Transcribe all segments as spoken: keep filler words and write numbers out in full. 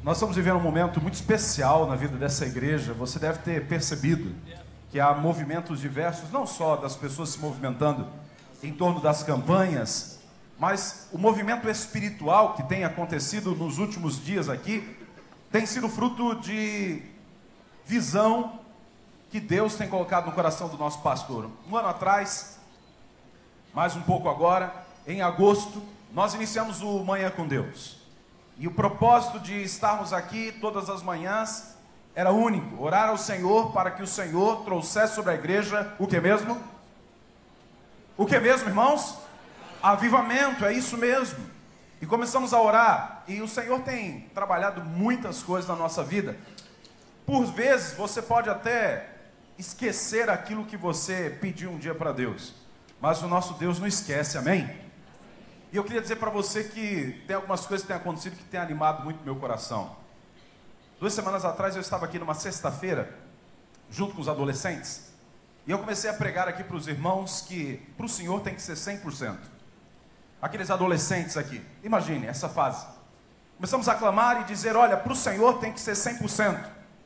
Nós estamos vivendo um momento muito especial na vida dessa igreja. Você deve ter percebido que há movimentos diversos, não só das pessoas se movimentando em torno das campanhas, mas o movimento espiritual que tem acontecido nos últimos dias aqui tem sido fruto de visão que Deus tem colocado no coração do nosso pastor. Um ano atrás, mais um pouco agora, em agosto, nós iniciamos o Manhã com Deus. E o propósito de estarmos aqui todas as manhãs era único: orar ao Senhor para que o Senhor trouxesse sobre a igreja o que mesmo? O que mesmo, irmãos? Avivamento, é isso mesmo. E começamos a orar, e o Senhor tem trabalhado muitas coisas na nossa vida. Por vezes você pode até esquecer aquilo que você pediu um dia para Deus, mas o nosso Deus não esquece, amém? E eu queria dizer para você que tem algumas coisas que têm acontecido que têm animado muito meu coração. Duas semanas atrás eu estava aqui numa sexta-feira, junto com os adolescentes, e eu comecei a pregar aqui para os irmãos que para o Senhor tem que ser cem por cento. Aqueles adolescentes aqui, imagine essa fase. Começamos a clamar e dizer: olha, para o Senhor tem que ser cem por cento.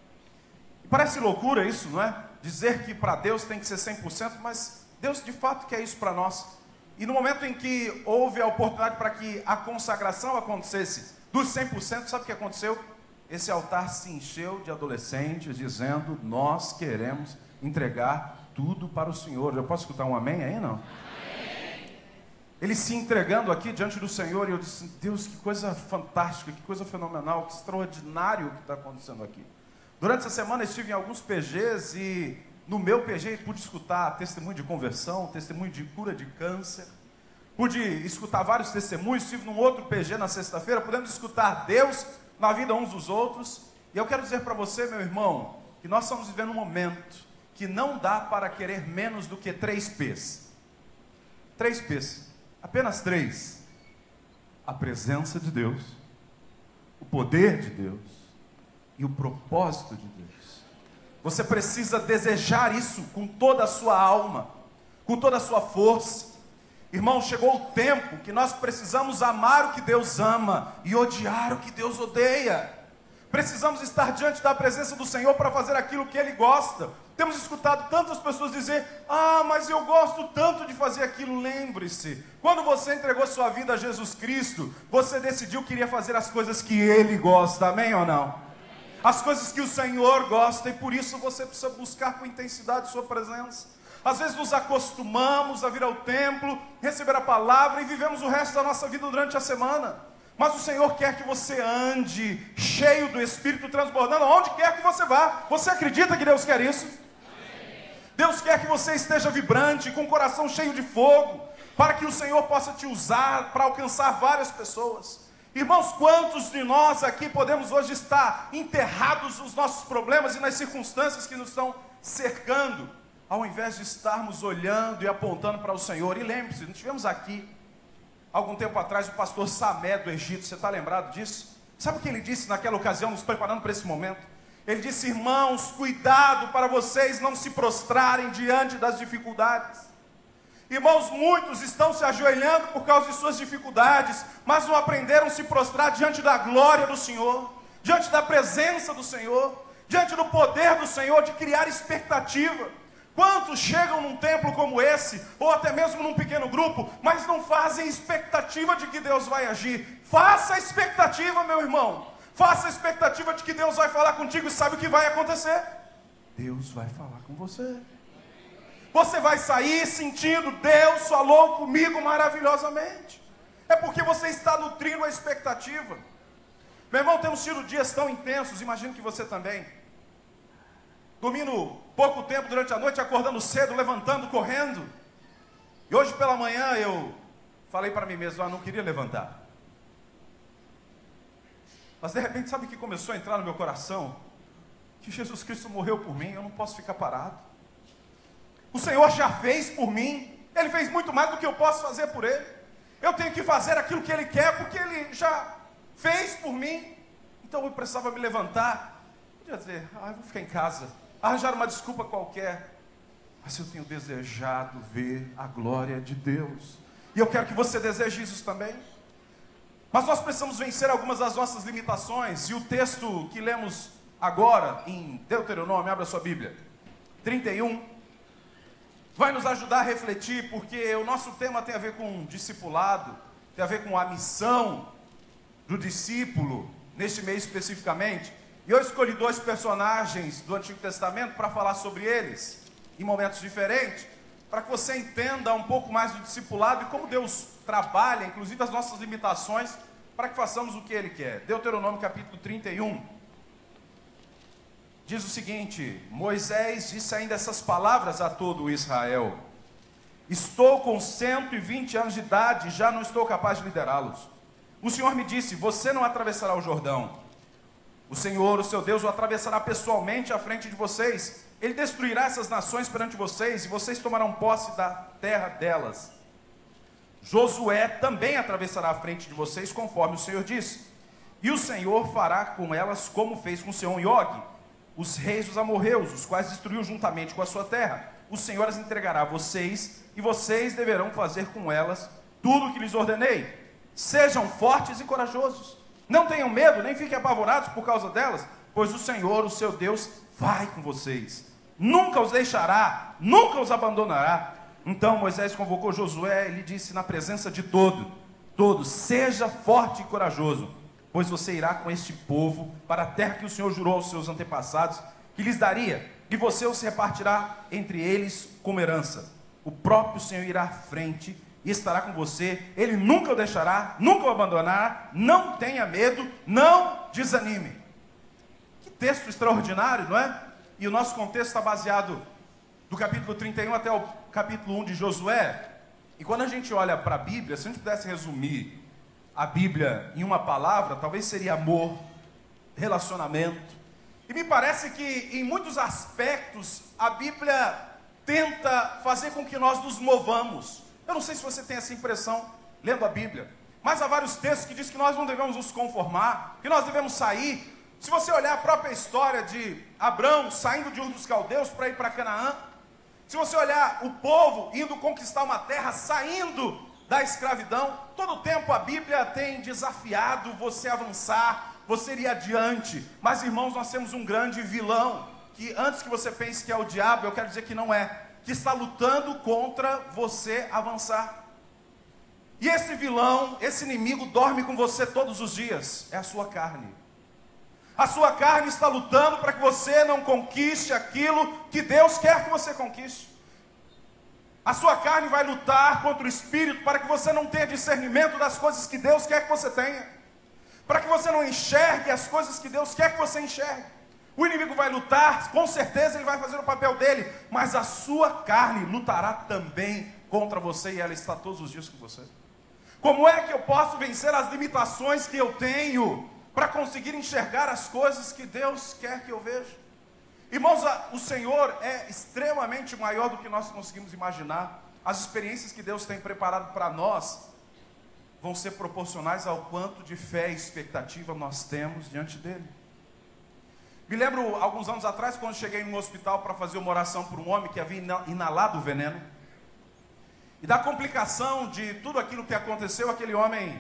E parece loucura isso, não é? Dizer que para Deus tem que ser cem por cento, mas Deus de fato quer isso para nós. E no momento em que houve a oportunidade para que a consagração acontecesse dos cem por cento, sabe o que aconteceu? Esse altar se encheu de adolescentes dizendo: nós queremos entregar tudo para o Senhor. Eu posso escutar um amém aí, não? Amém. Eles se entregando aqui diante do Senhor, e eu disse: Deus, que coisa fantástica, que coisa fenomenal, que extraordinário o que está acontecendo aqui. Durante essa semana estive em alguns P Gs e no meu P G pude escutar testemunho de conversão, testemunho de cura de câncer, pude escutar vários testemunhos. Estive num outro P G na sexta-feira, podemos escutar Deus na vida uns dos outros. E eu quero dizer para você, meu irmão, que nós estamos vivendo um momento que não dá para querer menos do que três P's. Três P's, apenas três: a presença de Deus, o poder de Deus e o propósito de Deus. Você precisa desejar isso com toda a sua alma, com toda a sua força. Irmão, chegou o tempo que nós precisamos amar o que Deus ama e odiar o que Deus odeia. Precisamos estar diante da presença do Senhor para fazer aquilo que Ele gosta. Temos escutado tantas pessoas dizer: ah, mas eu gosto tanto de fazer aquilo. Lembre-se, quando você entregou sua vida a Jesus Cristo, você decidiu que iria fazer as coisas que Ele gosta, amém ou não? As coisas que o Senhor gosta, e por isso você precisa buscar com intensidade sua presença. Às vezes nos acostumamos a vir ao templo, receber a palavra e vivemos o resto da nossa vida durante a semana. Mas o Senhor quer que você ande cheio do Espírito, transbordando aonde quer que você vá. Você acredita que Deus quer isso? Amém. Deus quer que você esteja vibrante, com o coração cheio de fogo, para que o Senhor possa te usar para alcançar várias pessoas. Irmãos, quantos de nós aqui podemos hoje estar enterrados nos nossos problemas e nas circunstâncias que nos estão cercando, ao invés de estarmos olhando e apontando para o Senhor? E lembre-se, nós tivemos aqui, algum tempo atrás, o pastor Samé do Egito. Você está lembrado disso? Sabe o que ele disse naquela ocasião, nos preparando para esse momento? Ele disse: irmãos, cuidado para vocês não se prostrarem diante das dificuldades. Irmãos, muitos estão se ajoelhando por causa de suas dificuldades, mas não aprenderam a se prostrar diante da glória do Senhor, diante da presença do Senhor, diante do poder do Senhor, de criar expectativa. Quantos chegam num templo como esse, ou até mesmo num pequeno grupo, mas não fazem expectativa de que Deus vai agir? Faça a expectativa, meu irmão. Faça a expectativa de que Deus vai falar contigo, e sabe o que vai acontecer? Deus vai falar com você. Você vai sair sentindo: Deus falou comigo maravilhosamente. É porque você está nutrindo a expectativa. Meu irmão, temos tido dias tão intensos, imagino que você também. Dormindo pouco tempo durante a noite, acordando cedo, levantando, correndo. E hoje pela manhã eu falei para mim mesmo: ah, não queria levantar. Mas de repente, sabe o que começou a entrar no meu coração? Que Jesus Cristo morreu por mim, eu não posso ficar parado. O Senhor já fez por mim, Ele fez muito mais do que eu posso fazer por Ele. Eu tenho que fazer aquilo que Ele quer, porque Ele já fez por mim. Então eu precisava me levantar. Podia dizer: ah, eu vou ficar em casa, arranjar uma desculpa qualquer. Mas eu tenho desejado ver a glória de Deus. E eu quero que você deseje isso também. Mas nós precisamos vencer algumas das nossas limitações. E o texto que lemos agora, em Deuteronômio, abra sua Bíblia, trinta e um, vai nos ajudar a refletir, porque o nosso tema tem a ver com discipulado, tem a ver com a missão do discípulo, neste mês especificamente. E eu escolhi dois personagens do Antigo Testamento para falar sobre eles, em momentos diferentes, para que você entenda um pouco mais do discipulado e como Deus trabalha, inclusive as nossas limitações, para que façamos o que Ele quer. Deuteronômio capítulo trinta e um, diz o seguinte: Moisés disse ainda essas palavras a todo Israel: estou com cento e vinte anos de idade e já não estou capaz de liderá-los. O Senhor me disse: você não atravessará o Jordão. O Senhor, o seu Deus, o atravessará pessoalmente à frente de vocês. Ele destruirá essas nações perante vocês e vocês tomarão posse da terra delas. Josué também atravessará à frente de vocês, conforme o Senhor disse. E o Senhor fará com elas como fez com Seom e Og, os reis dos amorreus, os quais destruiu juntamente com a sua terra. O Senhor as entregará a vocês, e vocês deverão fazer com elas tudo o que lhes ordenei. Sejam fortes e corajosos. Não tenham medo, nem fiquem apavorados por causa delas, pois o Senhor, o seu Deus, vai com vocês. Nunca os deixará, nunca os abandonará. Então Moisés convocou Josué e lhe disse na presença de todo, todos: seja forte e corajoso, pois você irá com este povo para a terra que o Senhor jurou aos seus antepassados que lhes daria, e você os repartirá entre eles como herança. O próprio Senhor irá à frente e estará com você. Ele nunca o deixará, nunca o abandonará. Não tenha medo, não desanime. Que texto extraordinário, não é? E o nosso contexto está baseado do capítulo trinta e um até o capítulo um de Josué. E quando a gente olha para a Bíblia, se a gente pudesse resumir a Bíblia em uma palavra, talvez seria amor, relacionamento. E me parece que em muitos aspectos a Bíblia tenta fazer com que nós nos movamos. Eu não sei se você tem essa impressão lendo a Bíblia, mas há vários textos que dizem que nós não devemos nos conformar, que nós devemos sair. Se você olhar a própria história de Abrão saindo de Ur dos Caldeus para ir para Canaã, se você olhar o povo indo conquistar uma terra, saindo da escravidão, todo o tempo a Bíblia tem desafiado você a avançar, você ir adiante. Mas, irmãos, nós temos um grande vilão, que antes que você pense que é o diabo, eu quero dizer que não é, que está lutando contra você avançar. E esse vilão, esse inimigo dorme com você todos os dias, é a sua carne. A sua carne está lutando para que você não conquiste aquilo que Deus quer que você conquiste. A sua carne vai lutar contra o Espírito para que você não tenha discernimento das coisas que Deus quer que você tenha, para que você não enxergue as coisas que Deus quer que você enxergue. O inimigo vai lutar, com certeza ele vai fazer o papel dele, mas a sua carne lutará também contra você, e ela está todos os dias com você. Como é que eu posso vencer as limitações que eu tenho para conseguir enxergar as coisas que Deus quer que eu veja? Irmãos, o Senhor é extremamente maior do que nós conseguimos imaginar. As experiências que Deus tem preparado para nós vão ser proporcionais ao quanto de fé e expectativa nós temos diante dele. Me lembro, alguns anos atrás, quando cheguei no hospital para fazer uma oração por um homem que havia inalado o veneno. E da complicação de tudo aquilo que aconteceu, aquele homem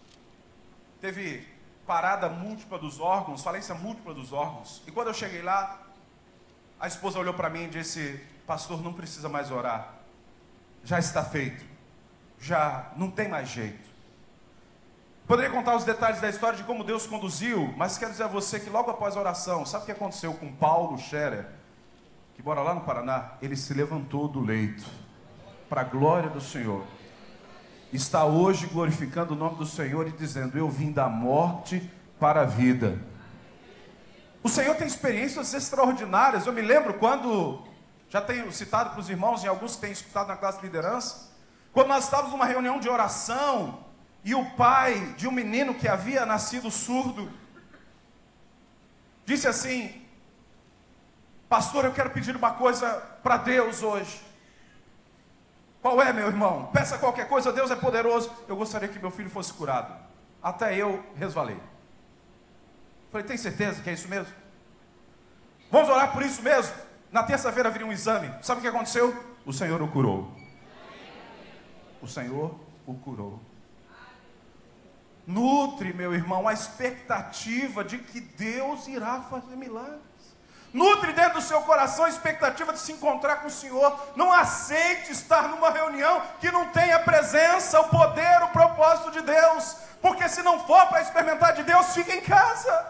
teve parada múltipla dos órgãos, falência múltipla dos órgãos. E quando eu cheguei lá, a esposa olhou para mim e disse: pastor, não precisa mais orar, já está feito, já não tem mais jeito. Poderia contar os detalhes da história de como Deus conduziu, mas quero dizer a você que logo após a oração, sabe o que aconteceu com Paulo Scherer, que mora lá no Paraná? Ele se levantou do leito, para a glória do Senhor, está hoje glorificando o nome do Senhor e dizendo: eu vim da morte para a vida. O Senhor tem experiências extraordinárias. Eu me lembro quando, já tenho citado para os irmãos e alguns que têm escutado na classe de liderança, quando nós estávamos numa reunião de oração, e o pai de um menino que havia nascido surdo disse assim: pastor, eu quero pedir uma coisa para Deus hoje. Qual é, meu irmão? Peça qualquer coisa, Deus é poderoso. Eu gostaria que meu filho fosse curado. Até eu resvalei. Falei: tem certeza que é isso mesmo? Vamos orar por isso mesmo? Na terça-feira viria um exame. Sabe o que aconteceu? O Senhor o curou. O Senhor o curou. Nutre, meu irmão, a expectativa de que Deus irá fazer milagres. Nutre dentro do seu coração a expectativa de se encontrar com o Senhor. Não aceite estar numa reunião que não tenha a presença, o poder, o propósito de Deus. Porque se não for para experimentar de Deus, fique em casa.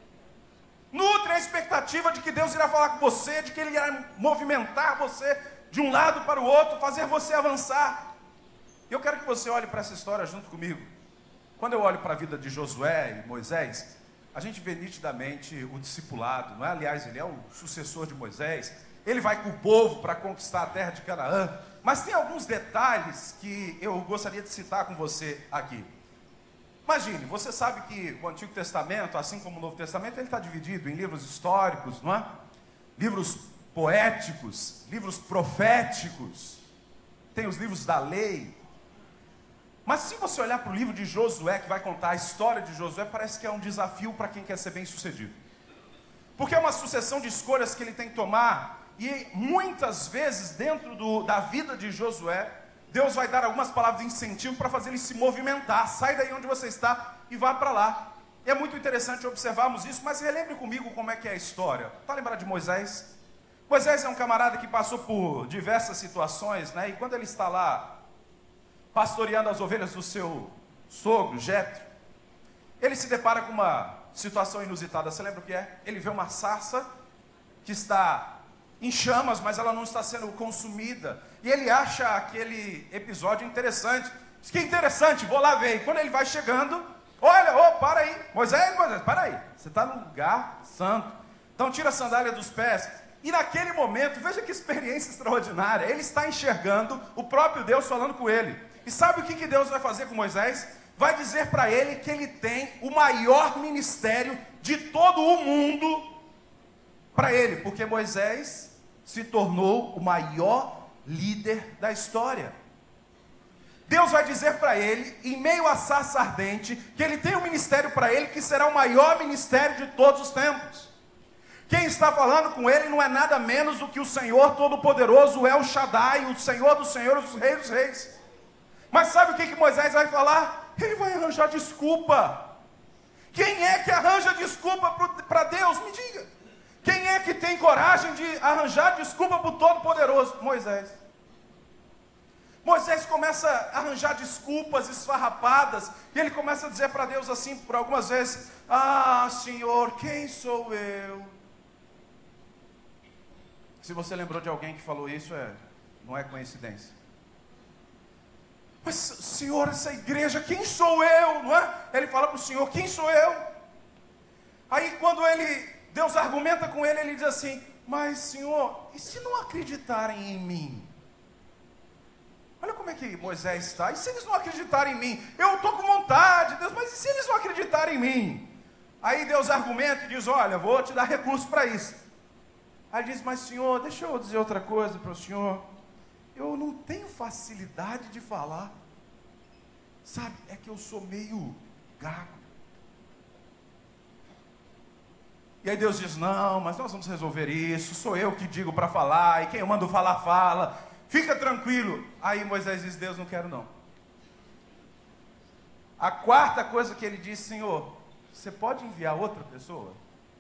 Nutre a expectativa de que Deus irá falar com você, de que Ele irá movimentar você de um lado para o outro, fazer você avançar. Eu quero que você olhe para essa história junto comigo. Quando eu olho para a vida de Josué e Moisés, a gente vê nitidamente o discipulado, não é? Aliás, ele é o sucessor de Moisés. Ele vai com o povo para conquistar a terra de Canaã. Mas tem alguns detalhes que eu gostaria de citar com você aqui. Imagine, você sabe que o Antigo Testamento, assim como o Novo Testamento, ele está dividido em livros históricos, não é? Livros poéticos, livros proféticos. Tem os livros da lei. Mas se você olhar para o livro de Josué, que vai contar a história de Josué, parece que é um desafio para quem quer ser bem sucedido. Porque é uma sucessão de escolhas que ele tem que tomar, e muitas vezes dentro do, da vida de Josué, Deus vai dar algumas palavras de incentivo para fazer ele se movimentar. Sai daí onde você está e vá para lá. É muito interessante observarmos isso, mas relembre comigo como é que é a história. Está lembrado de Moisés? Moisés é um camarada que passou por diversas situações, né? E quando ele está lá pastoreando as ovelhas do seu sogro, Jetro, ele se depara com uma situação inusitada. Você lembra o que é? Ele vê uma sarça que está em chamas, mas ela não está sendo consumida. E ele acha aquele episódio interessante. Diz que interessante, vou lá ver. E quando ele vai chegando, olha, oh, para aí. Moisés, Moisés, para aí. Você está num lugar santo. Então tira a sandália dos pés. E naquele momento, veja que experiência extraordinária. Ele está enxergando o próprio Deus falando com ele. E sabe o que, que Deus vai fazer com Moisés? Vai dizer para ele que ele tem o maior ministério de todo o mundo para ele. Porque Moisés se tornou o maior líder da história. Deus vai dizer para ele, em meio à sarça ardente, que ele tem um ministério para ele que será o maior ministério de todos os tempos. Quem está falando com ele não é nada menos do que o Senhor Todo-Poderoso, El Shaddai, o Senhor dos Senhores, o Rei dos Reis. Mas sabe o que, que Moisés vai falar? Ele vai arranjar desculpa. Quem é que arranja desculpa para Deus? Me diga. Quem é que tem coragem de arranjar desculpa para o Todo-Poderoso? Moisés. Moisés começa a arranjar desculpas esfarrapadas, e ele começa a dizer para Deus assim, por algumas vezes: ah, Senhor, quem sou eu? Se você lembrou de alguém que falou isso, é, não é coincidência. Mas, Senhor, essa igreja, quem sou eu? Não é? Ele fala para o Senhor: quem sou eu? Aí quando ele, Deus argumenta com ele, ele diz assim: mas Senhor, e se não acreditarem em mim? Olha como é que Moisés está. E se eles não acreditarem em mim? Eu estou com vontade, Deus, mas e se eles não acreditarem em mim? Aí Deus argumenta e diz: olha, vou te dar recurso para isso. Aí ele diz: mas Senhor, deixa eu dizer outra coisa para o Senhor. Eu não tenho facilidade de falar. Sabe, é que eu sou meio gago. E aí Deus diz: não, mas nós vamos resolver isso. Sou eu que digo para falar, e quem eu mando falar, fala. Fica tranquilo. Aí Moisés diz: Deus, não quero não. A quarta coisa que ele diz: Senhor, você pode enviar outra pessoa?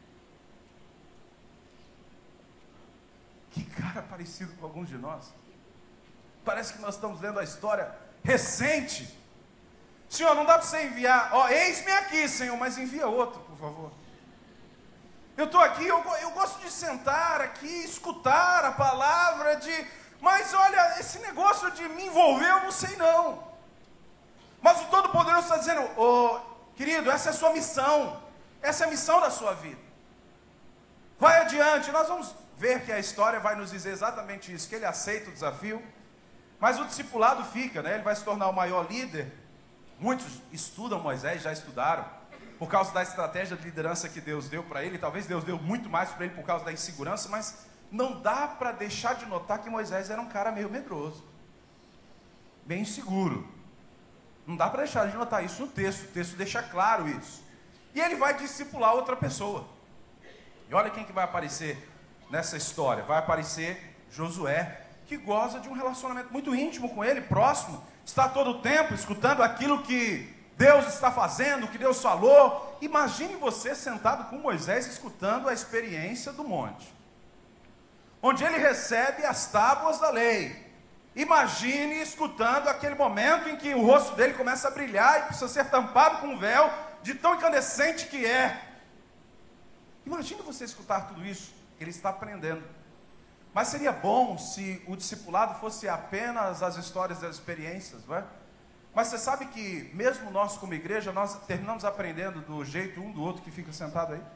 Que cara parecido com alguns de nós. Parece que nós estamos lendo a história recente. Senhor, não dá para você enviar. Ó, eis-me aqui, Senhor, mas envia outro, por favor. Eu estou aqui, eu, eu gosto de sentar aqui, escutar a palavra de... Mas olha, esse negócio de me envolver, eu não sei não. Mas o Todo-Poderoso está dizendo: ô, querido, essa é a sua missão. Essa é a missão da sua vida. Vai adiante. Nós vamos ver que a história vai nos dizer exatamente isso, que ele aceita o desafio. Mas o discipulado fica, né? Ele vai se tornar o maior líder. Muitos estudam Moisés, já estudaram, por causa da estratégia de liderança que Deus deu para ele. Talvez Deus deu muito mais para ele por causa da insegurança, mas não dá para deixar de notar que Moisés era um cara meio medroso, bem inseguro. Não dá para deixar de notar isso no texto. O texto deixa claro isso. E ele vai discipular outra pessoa. E olha quem que vai aparecer nessa história. Vai aparecer Josué, que goza de um relacionamento muito íntimo com ele, próximo, está todo o tempo escutando aquilo que Deus está fazendo, o que Deus falou. Imagine você sentado com Moisés, escutando a experiência do monte, onde ele recebe as tábuas da lei. Imagine escutando aquele momento em que o rosto dele começa a brilhar e precisa ser tampado com um véu, de tão incandescente que é. Imagine você escutar tudo isso. Ele está aprendendo. Mas seria bom se o discipulado fosse apenas as histórias das experiências, não é? Mas você sabe que mesmo nós como igreja, nós terminamos aprendendo do jeito um do outro que fica sentado aí.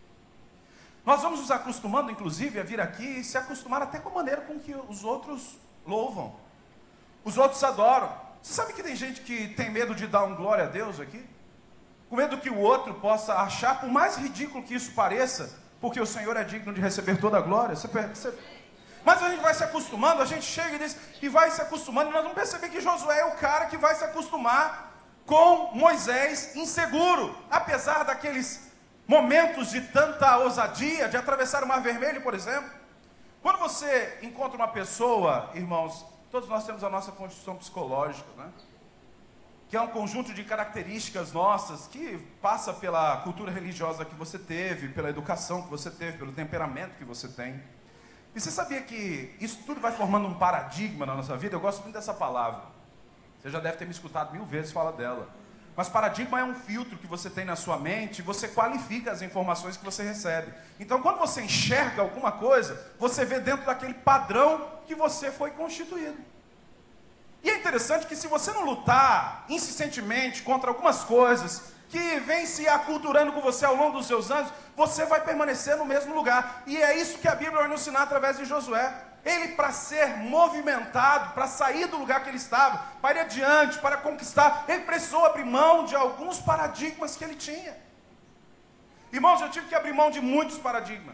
Nós vamos nos acostumando, inclusive, a vir aqui e se acostumar até com a maneira com que os outros louvam, os outros adoram. Você sabe que tem gente que tem medo de dar um glória a Deus aqui? Com medo que o outro possa achar, por mais ridículo que isso pareça, porque o Senhor é digno de receber toda a glória. Você percebe? Mas a gente vai se acostumando, a gente chega e diz, e vai se acostumando, e nós vamos perceber que Josué é o cara que vai se acostumar com Moisés inseguro, apesar daqueles momentos de tanta ousadia, de atravessar o Mar Vermelho, por exemplo. Quando você encontra uma pessoa, irmãos, todos nós temos a nossa constituição psicológica, né? Que é um conjunto de características nossas, que passa pela cultura religiosa que você teve, pela educação que você teve, pelo temperamento que você tem. E você sabia que isso tudo vai formando um paradigma na nossa vida? Eu gosto muito dessa palavra. Você já deve ter me escutado mil vezes falar dela. Mas paradigma é um filtro que você tem na sua mente, e você qualifica as informações que você recebe. Então, quando você enxerga alguma coisa, você vê dentro daquele padrão que você foi constituído. E é interessante que se você não lutar insistentemente contra algumas coisas que vêm se aculturando com você ao longo dos seus anos, você vai permanecer no mesmo lugar. E é isso que a Bíblia vai nos ensinar através de Josué. Ele, para ser movimentado, para sair do lugar que ele estava, para ir adiante, para conquistar, ele precisou abrir mão de alguns paradigmas que ele tinha. Irmãos, eu tive que abrir mão de muitos paradigmas.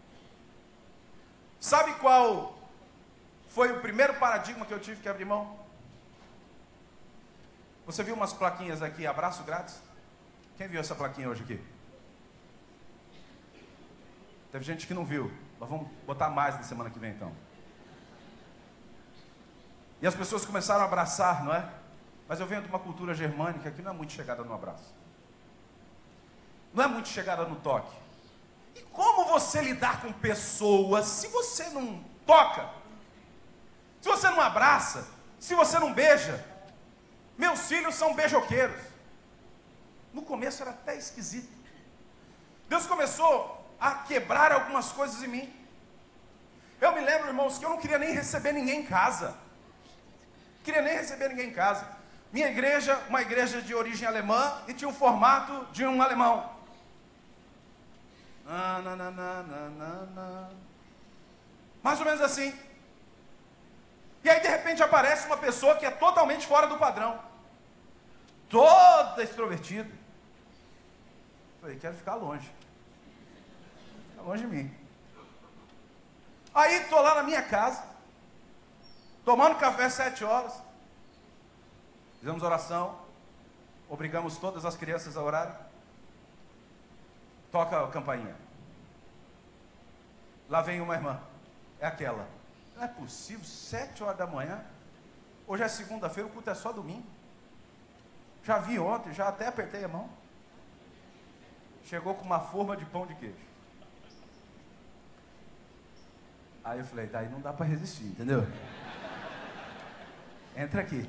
Sabe qual foi o primeiro paradigma que eu tive que abrir mão? Você viu umas plaquinhas aqui, abraço grátis? Quem viu essa plaquinha hoje aqui? Teve gente que não viu. Nós vamos botar mais na semana que vem, então. E as pessoas começaram a abraçar, não é? Mas eu venho de uma cultura germânica que não é muito chegada no abraço. Não é muito chegada no toque. E como você lidar com pessoas se você não toca? Se você não abraça? Se você não beija? Meus filhos são beijoqueiros. No começo era até esquisito. Deus começou a quebrar algumas coisas em mim. Eu me lembro, irmãos, que eu não queria nem receber ninguém em casa. Não queria nem receber ninguém em casa. Minha igreja, uma igreja de origem alemã, e tinha o formato de um alemão. Na, na, na, na, na, na. Mais ou menos assim. E aí de repente aparece uma pessoa que é totalmente fora do padrão. Toda extrovertida. Falei, quero ficar longe. Fica longe de mim. Aí estou lá na minha casa, tomando café às sete horas. Fizemos oração. Obrigamos todas as crianças a orarem. Toca a campainha. Lá vem uma irmã. É aquela. Não é possível, sete horas da manhã. Hoje é segunda-feira, o culto é só domingo. Já vi ontem, já até apertei a mão. Chegou com uma forma de pão de queijo. Aí eu falei, daí não dá para resistir, entendeu? Entra aqui.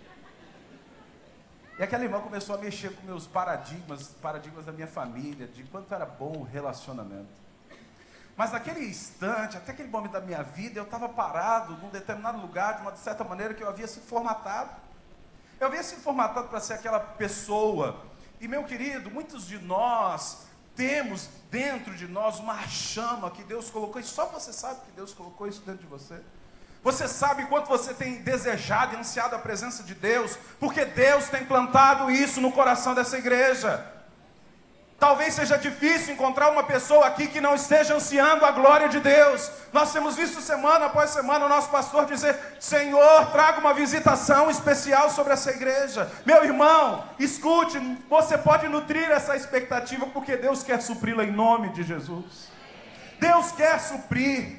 E aquela irmã começou a mexer com meus paradigmas, paradigmas da minha família, de quanto era bom o relacionamento. Mas naquele instante, até aquele momento da minha vida, eu estava parado num determinado lugar, de uma certa maneira que eu havia sido formatado. Eu havia sido formatado para ser aquela pessoa. E meu querido, muitos de nós temos dentro de nós uma chama que Deus colocou, e só você sabe que Deus colocou isso dentro de você. Você sabe quanto você tem desejado e ansiado a presença de Deus, porque Deus tem plantado isso no coração dessa igreja. Talvez seja difícil encontrar uma pessoa aqui que não esteja ansiando a glória de Deus. Nós temos visto semana após semana o nosso pastor dizer, Senhor, traga uma visitação especial sobre essa igreja. Meu irmão, escute, você pode nutrir essa expectativa, porque Deus quer supri-la em nome de Jesus. Deus quer suprir.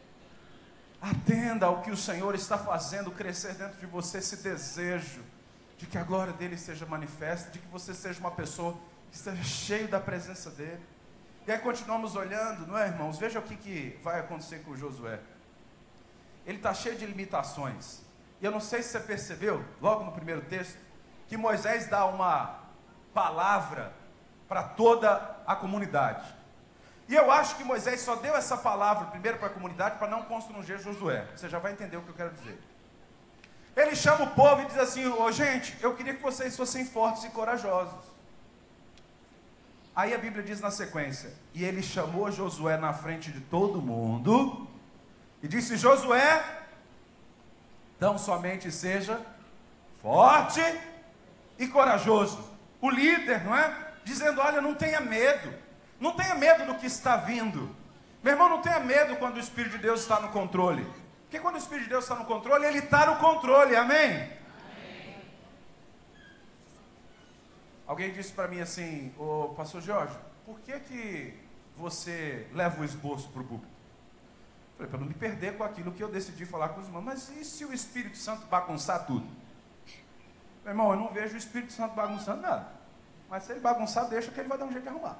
Atenda ao que o Senhor está fazendo crescer dentro de você, esse desejo de que a glória dele seja manifesta, de que você seja uma pessoa que esteja cheio da presença dele. E aí continuamos olhando, não é, irmãos? Veja o que, que vai acontecer com Josué. Ele está cheio de limitações. E eu não sei se você percebeu, logo no primeiro texto, que Moisés dá uma palavra para toda a comunidade. E eu acho que Moisés só deu essa palavra primeiro para a comunidade para não constranger Josué. Você já vai entender o que eu quero dizer. Ele chama o povo e diz assim: ô gente, eu queria que vocês fossem fortes e corajosos. Aí a Bíblia diz na sequência: e ele chamou Josué na frente de todo mundo e disse: Josué, então somente seja forte e corajoso. O líder, não é? Dizendo: olha, não tenha medo, não tenha medo do que está vindo. Meu irmão, não tenha medo quando o Espírito de Deus está no controle. Porque quando o Espírito de Deus está no controle, ele está no controle, amém? Amém. Alguém disse para mim assim: ô pastor Jorge, por que que você leva o esboço para o público? Eu falei: para não me perder com aquilo que eu decidi falar com os irmãos. Mas e se o Espírito Santo bagunçar tudo? Meu irmão, eu não vejo o Espírito Santo bagunçando nada. Mas se ele bagunçar, deixa que ele vai dar um jeito de arrumar.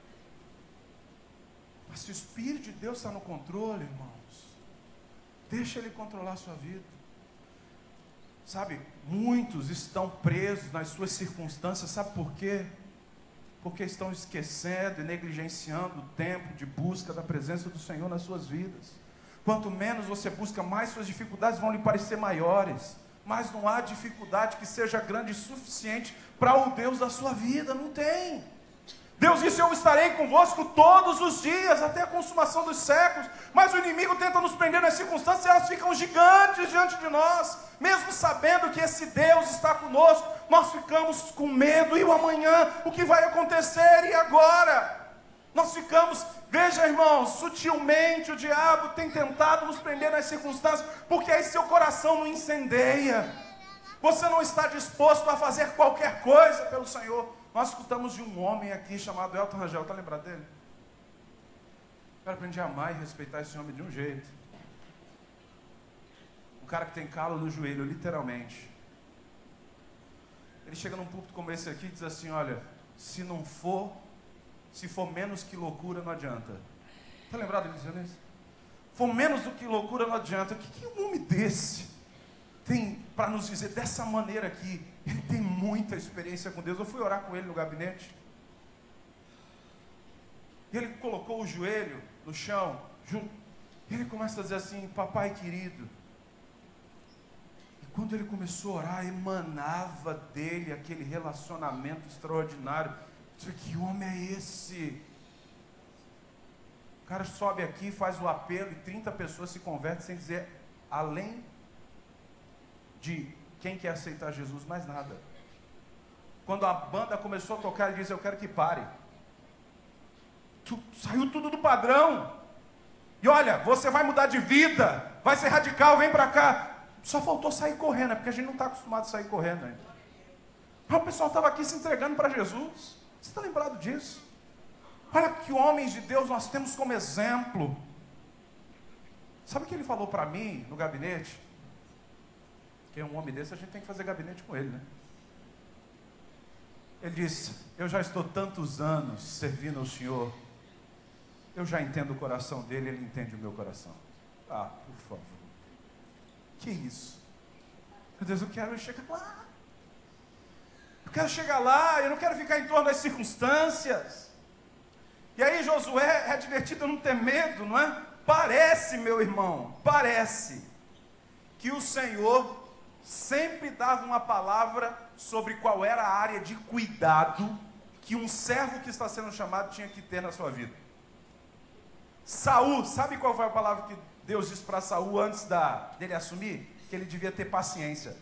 Mas se o Espírito de Deus está no controle, irmãos, deixa ele controlar a sua vida. Sabe, muitos estão presos nas suas circunstâncias, sabe por quê? Porque estão esquecendo e negligenciando o tempo de busca da presença do Senhor nas suas vidas. Quanto menos você busca, mais suas dificuldades vão lhe parecer maiores. Mas não há dificuldade que seja grande o suficiente para o Deus da sua vida, não tem. Deus disse: eu estarei convosco todos os dias, até a consumação dos séculos. Mas o inimigo tenta nos prender nas circunstâncias, e elas ficam gigantes diante de nós. Mesmo sabendo que esse Deus está conosco, nós ficamos com medo. E o amanhã, o que vai acontecer? E agora? Nós ficamos, veja irmãos, sutilmente o diabo tem tentado nos prender nas circunstâncias, porque aí seu coração não incendeia. Você não está disposto a fazer qualquer coisa pelo Senhor. Nós escutamos de um homem aqui chamado Elton Rangel, está lembrado dele? Eu aprendi a amar e respeitar esse homem de um jeito. Um cara que tem calo no joelho, literalmente. Ele chega num púlpito como esse aqui e diz assim: olha, se não for, se for menos que loucura, não adianta. Está lembrado dele dizendo isso? For menos do que loucura, não adianta. O que, que um homem desse tem para nos dizer dessa maneira aqui? Ele tem muita experiência com Deus. Eu fui orar com ele no gabinete. E ele colocou o joelho no chão, junto. E ele começa a dizer assim: papai querido. E quando ele começou a orar, emanava dele aquele relacionamento extraordinário. Eu disse: que homem é esse? O cara sobe aqui, faz o apelo e trinta pessoas se convertem sem dizer, além de quem quer aceitar Jesus, mais nada. Quando a banda começou a tocar, ele disse: eu quero que pare. Tu, saiu tudo do padrão. E olha, você vai mudar de vida, vai ser radical, vem pra cá. Só faltou sair correndo, é porque a gente não está acostumado a sair correndo ainda. Mas o pessoal estava aqui se entregando para Jesus. Você está lembrado disso? Olha que homens de Deus nós temos como exemplo. Sabe o que ele falou para mim no gabinete? Porque um homem desse a gente tem que fazer gabinete com ele, né? Ele disse: eu já estou tantos anos servindo ao Senhor, eu já entendo o coração dele, ele entende o meu coração. Ah, por favor. Que isso? Meu Deus, eu quero chegar lá. Eu quero chegar lá, eu não quero ficar em torno das circunstâncias. E aí Josué é advertido a não ter medo, não é? Parece, meu irmão, parece que o Senhor sempre dava uma palavra sobre qual era a área de cuidado que um servo que está sendo chamado tinha que ter na sua vida. Saul, sabe qual foi a palavra que Deus disse para Saul antes da, dele assumir? Que ele devia ter paciência.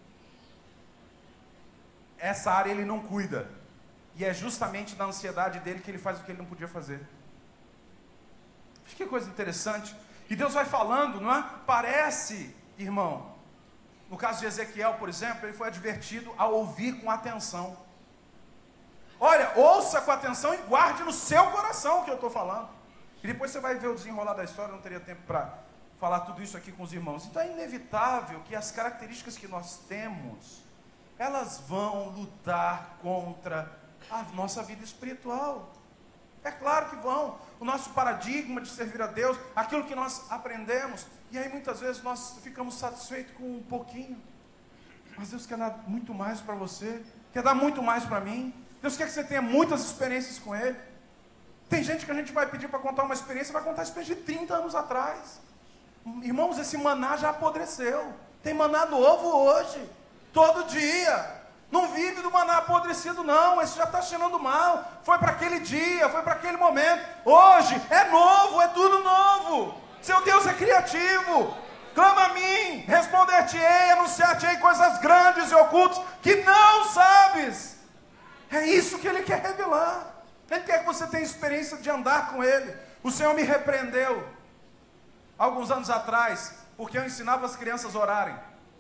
Essa área ele não cuida. E é justamente na ansiedade dele que ele faz o que ele não podia fazer. Que coisa interessante. E Deus vai falando, não é? Parece, irmão, no caso de Ezequiel, por exemplo, ele foi advertido a ouvir com atenção. Olha, ouça com atenção e guarde no seu coração o que eu estou falando. E depois você vai ver o desenrolar da história, eu não teria tempo para falar tudo isso aqui com os irmãos. Então é inevitável que as características que nós temos elas vão lutar contra a nossa vida espiritual. É claro que vão. O nosso paradigma de servir a Deus, aquilo que nós aprendemos, e aí muitas vezes nós ficamos satisfeitos com um pouquinho. Mas Deus quer dar muito mais para você, quer dar muito mais para mim. Deus quer que você tenha muitas experiências com Ele. Tem gente que a gente vai pedir para contar uma experiência, vai contar a experiência de trinta anos atrás. Irmãos, esse maná já apodreceu. Tem maná novo hoje, todo dia. Não vive do maná apodrecido não, esse já está cheirando mal. Foi para aquele dia, foi para aquele momento. Hoje é novo, é tudo novo. Seu Deus é criativo. Clama a mim, responder-te-ei, anunciar-te-ei coisas grandes e ocultas que não sabes. É isso que Ele quer revelar. Ele quer que você tenha experiência de andar com Ele. O Senhor me repreendeu alguns anos atrás, porque eu ensinava as crianças a orarem.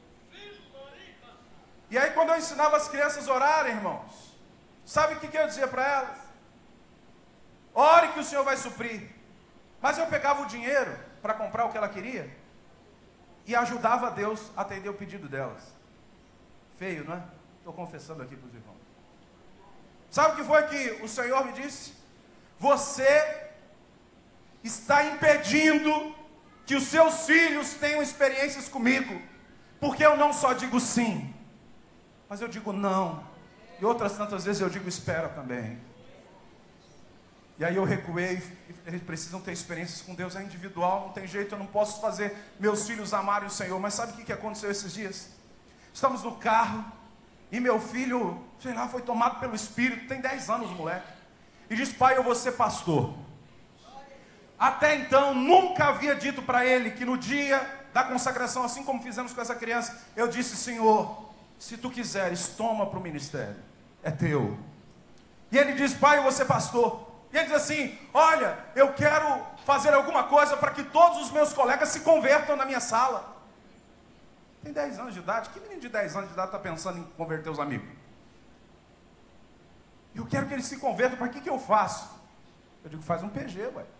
E aí quando eu ensinava as crianças a orarem, irmãos, sabe o que, que eu dizia para elas? Ore que o Senhor vai suprir. Mas eu pegava o dinheiro para comprar o que ela queria e ajudava a Deus a atender o pedido delas. Feio, não é? Estou confessando aqui para os irmãos. Sabe o que foi que o Senhor me disse? Você está impedindo que os seus filhos tenham experiências comigo, porque eu não só digo sim, mas eu digo não, e outras tantas vezes eu digo espera também. E aí eu recuei, eles precisam ter experiências com Deus, é individual, não tem jeito, eu não posso fazer meus filhos amarem o Senhor. Mas sabe o que aconteceu esses dias? Estamos no carro, e meu filho, sei lá, foi tomado pelo Espírito, tem dez anos o moleque, e diz: pai, eu vou ser pastor. Até então, nunca havia dito para ele que no dia da consagração, assim como fizemos com essa criança, eu disse: Senhor, se tu quiseres, toma para o ministério, é teu. E ele diz: pai, eu vou ser pastor. E ele diz assim: olha, eu quero fazer alguma coisa para que todos os meus colegas se convertam na minha sala. Tem dez anos de idade, que menino de dez anos de idade está pensando em converter os amigos? Eu quero que eles se convertam, para que que eu faço? Eu digo: faz um P G, ué.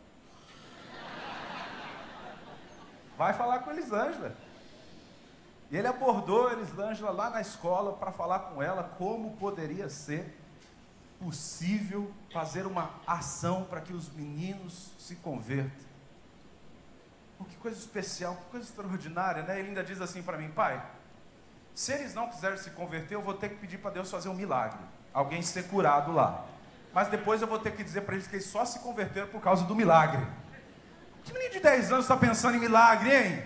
Vai falar com a Elisângela. E ele abordou a Elisângela lá na escola para falar com ela como poderia ser possível fazer uma ação para que os meninos se convertam. Oh, que coisa especial, que coisa extraordinária, né? Ele ainda diz assim para mim: pai, se eles não quiserem se converter, eu vou ter que pedir para Deus fazer um milagre, alguém ser curado lá. Mas depois eu vou ter que dizer para eles que eles só se converteram por causa do milagre. Que menino de dez anos está pensando em milagre, hein?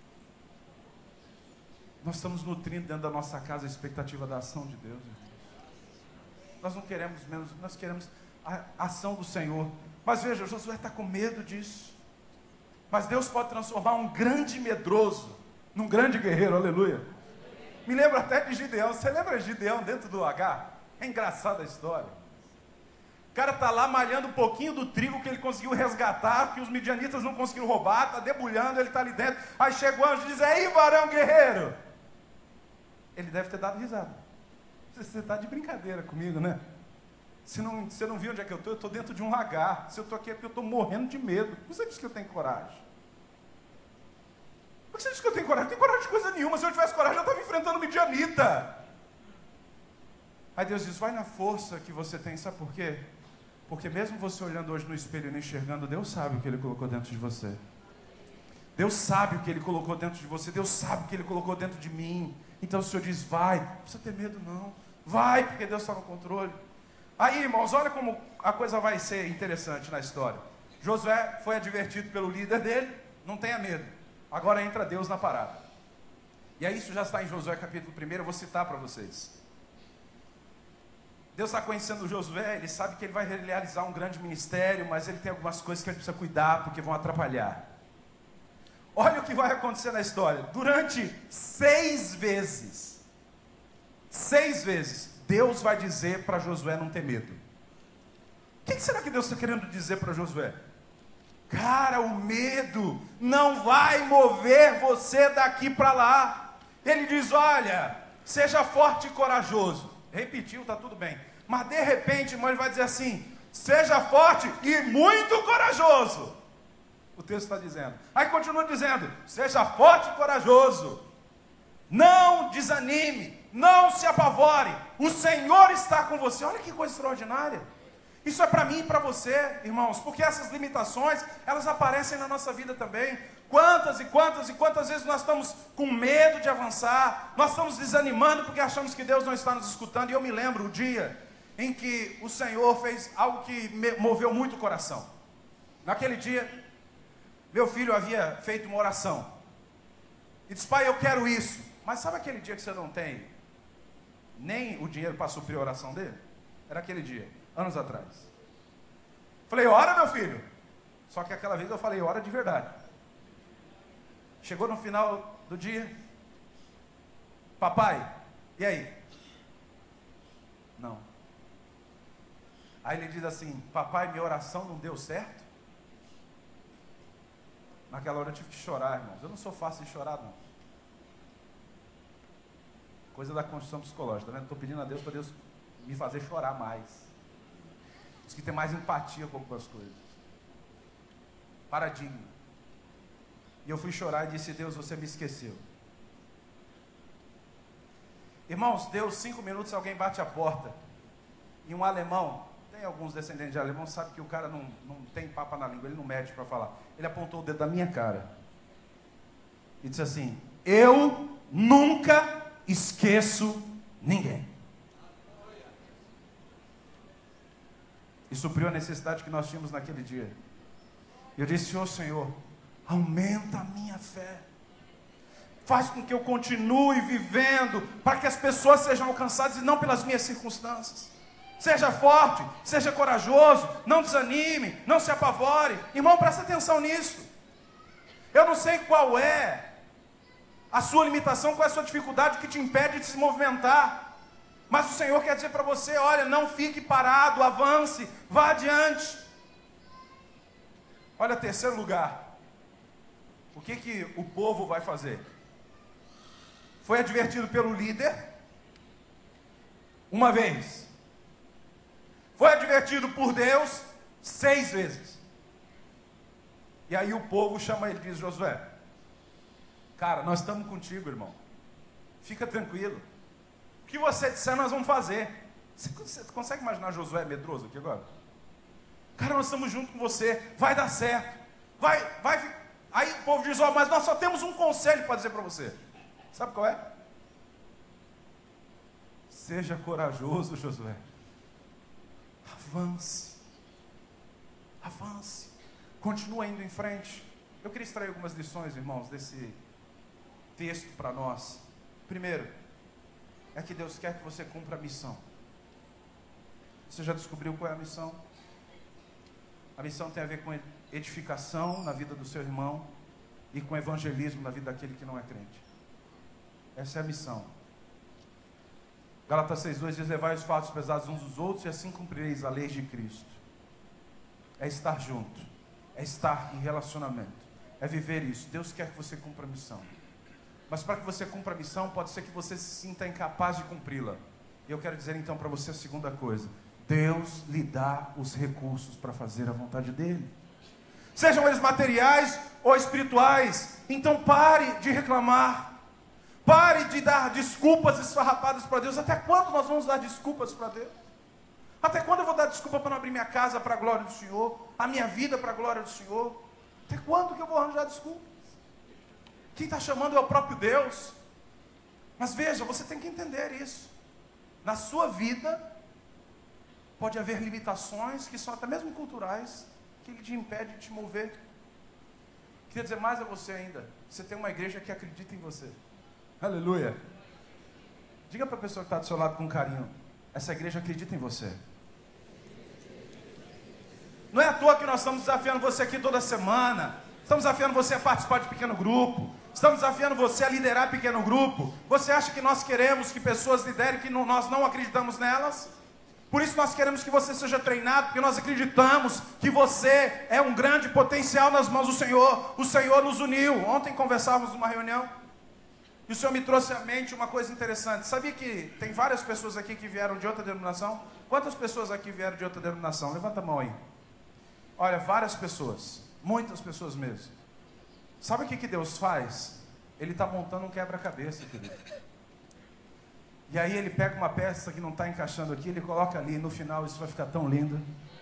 Nós estamos nutrindo dentro da nossa casa a expectativa da ação de Deus, irmãos. Nós não queremos menos, nós queremos a ação do Senhor. Mas veja, Josué está com medo disso. Mas Deus pode transformar um grande medroso num grande guerreiro, aleluia. Me lembro até de Gideão. Você lembra de Gideão dentro do H? É engraçada a história. O cara está lá malhando um pouquinho do trigo que ele conseguiu resgatar, que os midianitas não conseguiram roubar, está debulhando, ele está ali dentro. Aí chega o anjo e diz: aí, varão guerreiro. Ele deve ter dado risada. Você está de brincadeira comigo, né? Você não, você não viu onde é que eu estou? Eu estou dentro de um lagar. Se eu estou aqui é porque eu estou morrendo de medo. Você disse que eu tenho coragem. Por que você disse que eu tenho coragem? Eu não tenho coragem de coisa nenhuma. Se eu tivesse coragem, eu estava enfrentando midianita. Aí Deus diz: vai na força que você tem. Sabe por quê? Porque mesmo você olhando hoje no espelho e não enxergando, Deus sabe o que Ele colocou dentro de você. Deus sabe o que Ele colocou dentro de você. Deus sabe o que Ele colocou dentro de mim. Então o Senhor diz: vai, não precisa ter medo não. Vai, porque Deus está no controle. Aí, irmãos, olha como a coisa vai ser interessante na história. Josué foi advertido pelo líder dele: não tenha medo. Agora entra Deus na parada. E aí isso já está em Josué capítulo um, eu vou citar para vocês. Deus está conhecendo Josué, ele sabe que ele vai realizar um grande ministério, mas ele tem algumas coisas que ele precisa cuidar, porque vão atrapalhar. Olha o que vai acontecer na história. Durante seis vezes, seis vezes, Deus vai dizer para Josué não ter medo. O que será que Deus está querendo dizer para Josué? Cara, o medo não vai mover você daqui para lá. Ele diz: olha, seja forte e corajoso. Repetiu, está tudo bem. Mas de repente, irmão, ele vai dizer assim: seja forte e muito corajoso. O texto está dizendo. Aí continua dizendo: seja forte e corajoso. Não desanime. não se apavore, o Senhor está com você. Olha que coisa extraordinária. Isso é para mim e para você, irmãos, porque essas limitações, elas aparecem na nossa vida também. Quantas e quantas e quantas vezes nós estamos com medo de avançar, nós estamos desanimando porque achamos que Deus não está nos escutando. E eu me lembro o dia em que o Senhor fez algo que me moveu muito o coração. Naquele dia, meu filho havia feito uma oração e disse: pai, eu quero isso. Mas sabe aquele dia que você não tem nem o dinheiro para suprir a oração dele? Era aquele dia, anos atrás. Falei: ora, meu filho. Só que aquela vez eu falei: ora de verdade. Chegou no final do dia: papai, e aí? Não. Aí ele diz assim: papai, minha oração não deu certo? Naquela hora eu tive que chorar, irmãos. Eu não sou fácil de chorar, não. Coisa da construção psicológica, tá vendo? Estou pedindo a Deus para Deus me fazer chorar mais. Diz que tem mais empatia com algumas coisas. Paradigma. E eu fui chorar e disse: Deus, você me esqueceu. Irmãos, deu cinco minutos, alguém bate a porta. E um alemão, tem alguns descendentes de alemão, sabe que o cara não, não tem papa na língua, ele não mede para falar. Ele apontou o dedo da minha cara e disse assim: eu nunca esqueço ninguém. E supriu a necessidade que nós tínhamos naquele dia. E eu disse: ó Senhor, aumenta a minha fé. Faz com que eu continue vivendo, para que as pessoas sejam alcançadas e não pelas minhas circunstâncias. Seja forte, seja corajoso, não desanime, não se apavore. Irmão, presta atenção nisso. Eu não sei qual é a sua limitação, qual é a sua dificuldade que te impede de se movimentar. Mas o Senhor quer dizer para você: olha, não fique parado, avance, vá adiante. Olha, terceiro lugar. O que que o povo vai fazer? Foi advertido pelo líder uma vez. Foi advertido por Deus seis vezes. E aí o povo chama ele e diz: Josué, cara, nós estamos contigo, irmão. Fica tranquilo. O que você disser, nós vamos fazer. Você, você consegue imaginar Josué medroso aqui agora? Cara, nós estamos junto com você. Vai dar certo. Vai, vai. Aí o povo diz: ó, mas nós só temos um conselho para dizer para você. Sabe qual é? Seja corajoso, Josué. Avance. Avance. Continua indo em frente. Eu queria extrair algumas lições, irmãos, desse texto para nós. Primeiro, é que Deus quer que você cumpra a missão. Você já descobriu qual é a missão? A missão tem a ver com edificação na vida do seu irmão e com evangelismo na vida daquele que não é crente. Essa é a missão. Gálatas seis, dois diz: levai os fardos pesados uns dos outros e assim cumprireis a lei de Cristo. É estar junto, é estar em relacionamento, é viver isso. Deus quer que você cumpra a missão. Mas para que você cumpra a missão, pode ser que você se sinta incapaz de cumpri-la. E eu quero dizer então para você a segunda coisa: Deus lhe dá os recursos para fazer a vontade dele, sejam eles materiais ou espirituais. Então pare de reclamar. Pare de dar desculpas esfarrapadas para Deus. Até quando nós vamos dar desculpas para Deus? Até quando eu vou dar desculpa para não abrir minha casa para a glória do Senhor? A minha vida para a glória do Senhor? Até quando que eu vou arranjar desculpas? Quem está chamando é o próprio Deus. Mas veja, você tem que entender isso. Na sua vida, pode haver limitações que são até mesmo culturais, que te impedem de te mover. Queria dizer mais a você ainda. Você tem uma igreja que acredita em você. Aleluia. Diga para a pessoa que está do seu lado com carinho: essa igreja acredita em você. Não é à toa que nós estamos desafiando você aqui toda semana. Estamos desafiando você a participar de pequeno grupo. Estamos desafiando você a liderar pequeno grupo. Você acha que nós queremos que pessoas liderem que nós não acreditamos nelas? Por isso nós queremos que você seja treinado, porque nós acreditamos que você é um grande potencial nas mãos do Senhor. O Senhor nos uniu. Ontem conversávamos numa reunião e o Senhor me trouxe à mente uma coisa interessante. Sabia que tem várias pessoas aqui que vieram de outra denominação? Quantas pessoas aqui vieram de outra denominação? Levanta a mão aí. Olha, várias pessoas. Muitas pessoas mesmo. Sabe o que, que Deus faz? Ele está montando um quebra-cabeça, querido. E aí ele pega uma peça que não está encaixando aqui, ele coloca ali, e no final isso vai ficar tão lindo.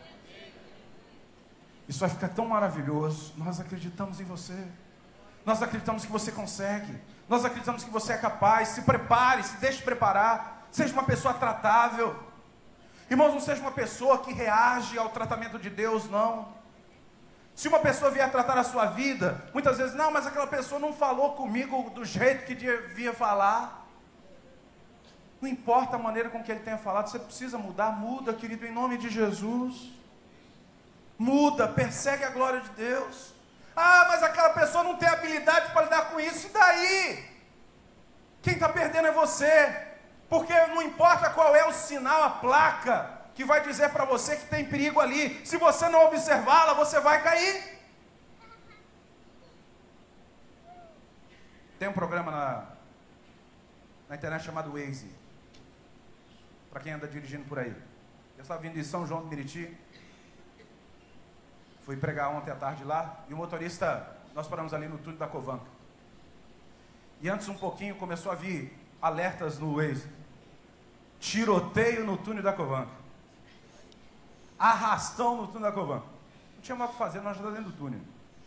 Isso vai ficar tão maravilhoso. Nós acreditamos em você. Nós acreditamos que você consegue. Nós acreditamos que você é capaz. Se prepare, se deixe preparar. Seja uma pessoa tratável. Irmãos, não seja uma pessoa que reage ao tratamento de Deus, não. Se uma pessoa vier tratar a sua vida, muitas vezes, não, mas aquela pessoa não falou comigo do jeito que devia falar. Não importa a maneira com que ele tenha falado, você precisa mudar, muda, querido, em nome de Jesus. Muda, persegue a glória de Deus. Ah, mas aquela pessoa não tem habilidade para lidar com isso, e daí? Quem está perdendo é você. Porque não importa qual é o sinal, a placa, que vai dizer para você que tem perigo ali. Se você não observá-la, você vai cair. Tem um programa na, na internet chamado Waze. Para quem anda dirigindo por aí. Eu estava vindo de São João do Meriti. Fui pregar ontem à tarde lá. E o motorista, nós paramos ali no túnel da Covanca. E antes um pouquinho começou a vir alertas no Waze. Tiroteio no túnel da Covanca. Arrastão no túnel da Covanca. Não tinha mais o que fazer, nós já estamos dentro do túnel.